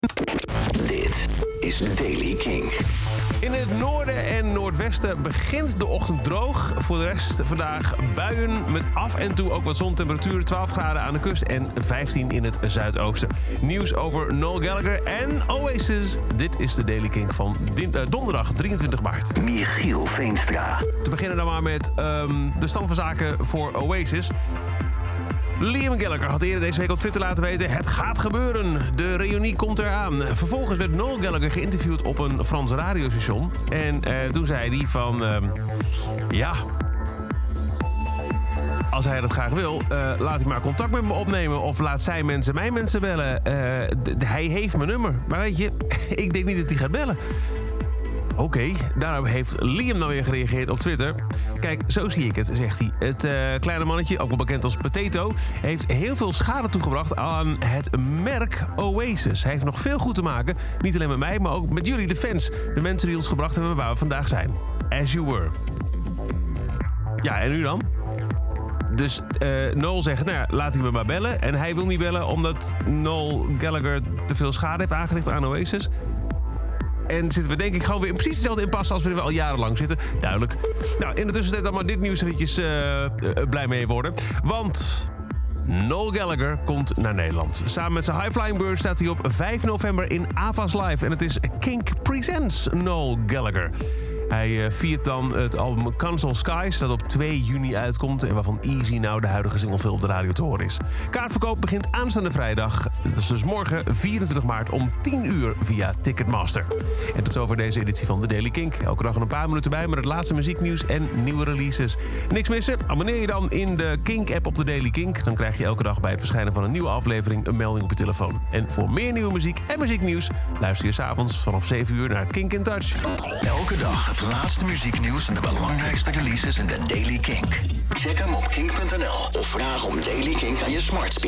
Dit is Daily King. In het noorden en noordwesten begint de ochtend droog. Voor de rest vandaag buien met af en toe ook wat zon. Temperatuur 12 graden aan de kust en 15 in het zuidoosten. Nieuws over Noel Gallagher en Oasis. Dit is de Daily King van donderdag 23 maart. Michiel Veenstra. Te beginnen dan maar met de stand van zaken voor Oasis. Liam Gallagher had eerder deze week op Twitter laten weten: het gaat gebeuren. De reunie komt eraan. Vervolgens werd Noel Gallagher geïnterviewd op een Frans radiostation. En toen zei hij van... ja... Als hij dat graag wil, laat hij maar contact met me opnemen. Of laat zij mijn mensen bellen. Hij heeft mijn nummer. Maar weet je, ik denk niet dat hij gaat bellen. Oké, daarop heeft Liam nou weer gereageerd op Twitter. Kijk, zo zie ik het, zegt hij. Het kleine mannetje, ook wel bekend als Potato, heeft heel veel schade toegebracht aan het merk Oasis. Hij heeft nog veel goed te maken. Niet alleen met mij, maar ook met jullie, de fans. De mensen die ons gebracht hebben waar we vandaag zijn. As you were. Ja, en nu dan? Dus Noel zegt, nou ja, laat hij me maar bellen. En hij wil niet bellen omdat Noel Gallagher te veel schade heeft aangericht aan Oasis. En zitten we denk ik gewoon weer in precies dezelfde impasse als we er al jarenlang zitten. Duidelijk. Nou, in de tussentijd dan maar dit nieuws eventjes blij mee worden. Want Noel Gallagher komt naar Nederland. Samen met zijn High Flying Bird staat hij op 5 november in Ava's Live. En het is Kink Presents Noel Gallagher. Hij viert dan het album Council Skies, dat op 2 juni uitkomt en waarvan Easy nou de huidige single veel op de radio te horen is. Kaartverkoop begint aanstaande vrijdag. Dat is dus morgen 24 maart om 10 uur via Ticketmaster. En tot zover deze editie van The Daily Kink. Elke dag een paar minuten bij met het laatste muzieknieuws en nieuwe releases. Niks missen? Abonneer je dan in de Kink-app op The Daily Kink. Dan krijg je elke dag bij het verschijnen van een nieuwe aflevering een melding op je telefoon. En voor meer nieuwe muziek en muzieknieuws luister je 's avonds vanaf 7 uur naar Kink in Touch. Elke dag het laatste muzieknieuws en de belangrijkste releases in de Daily Kink. Check hem op kink.nl of vraag om Daily Kink aan je smart speaker.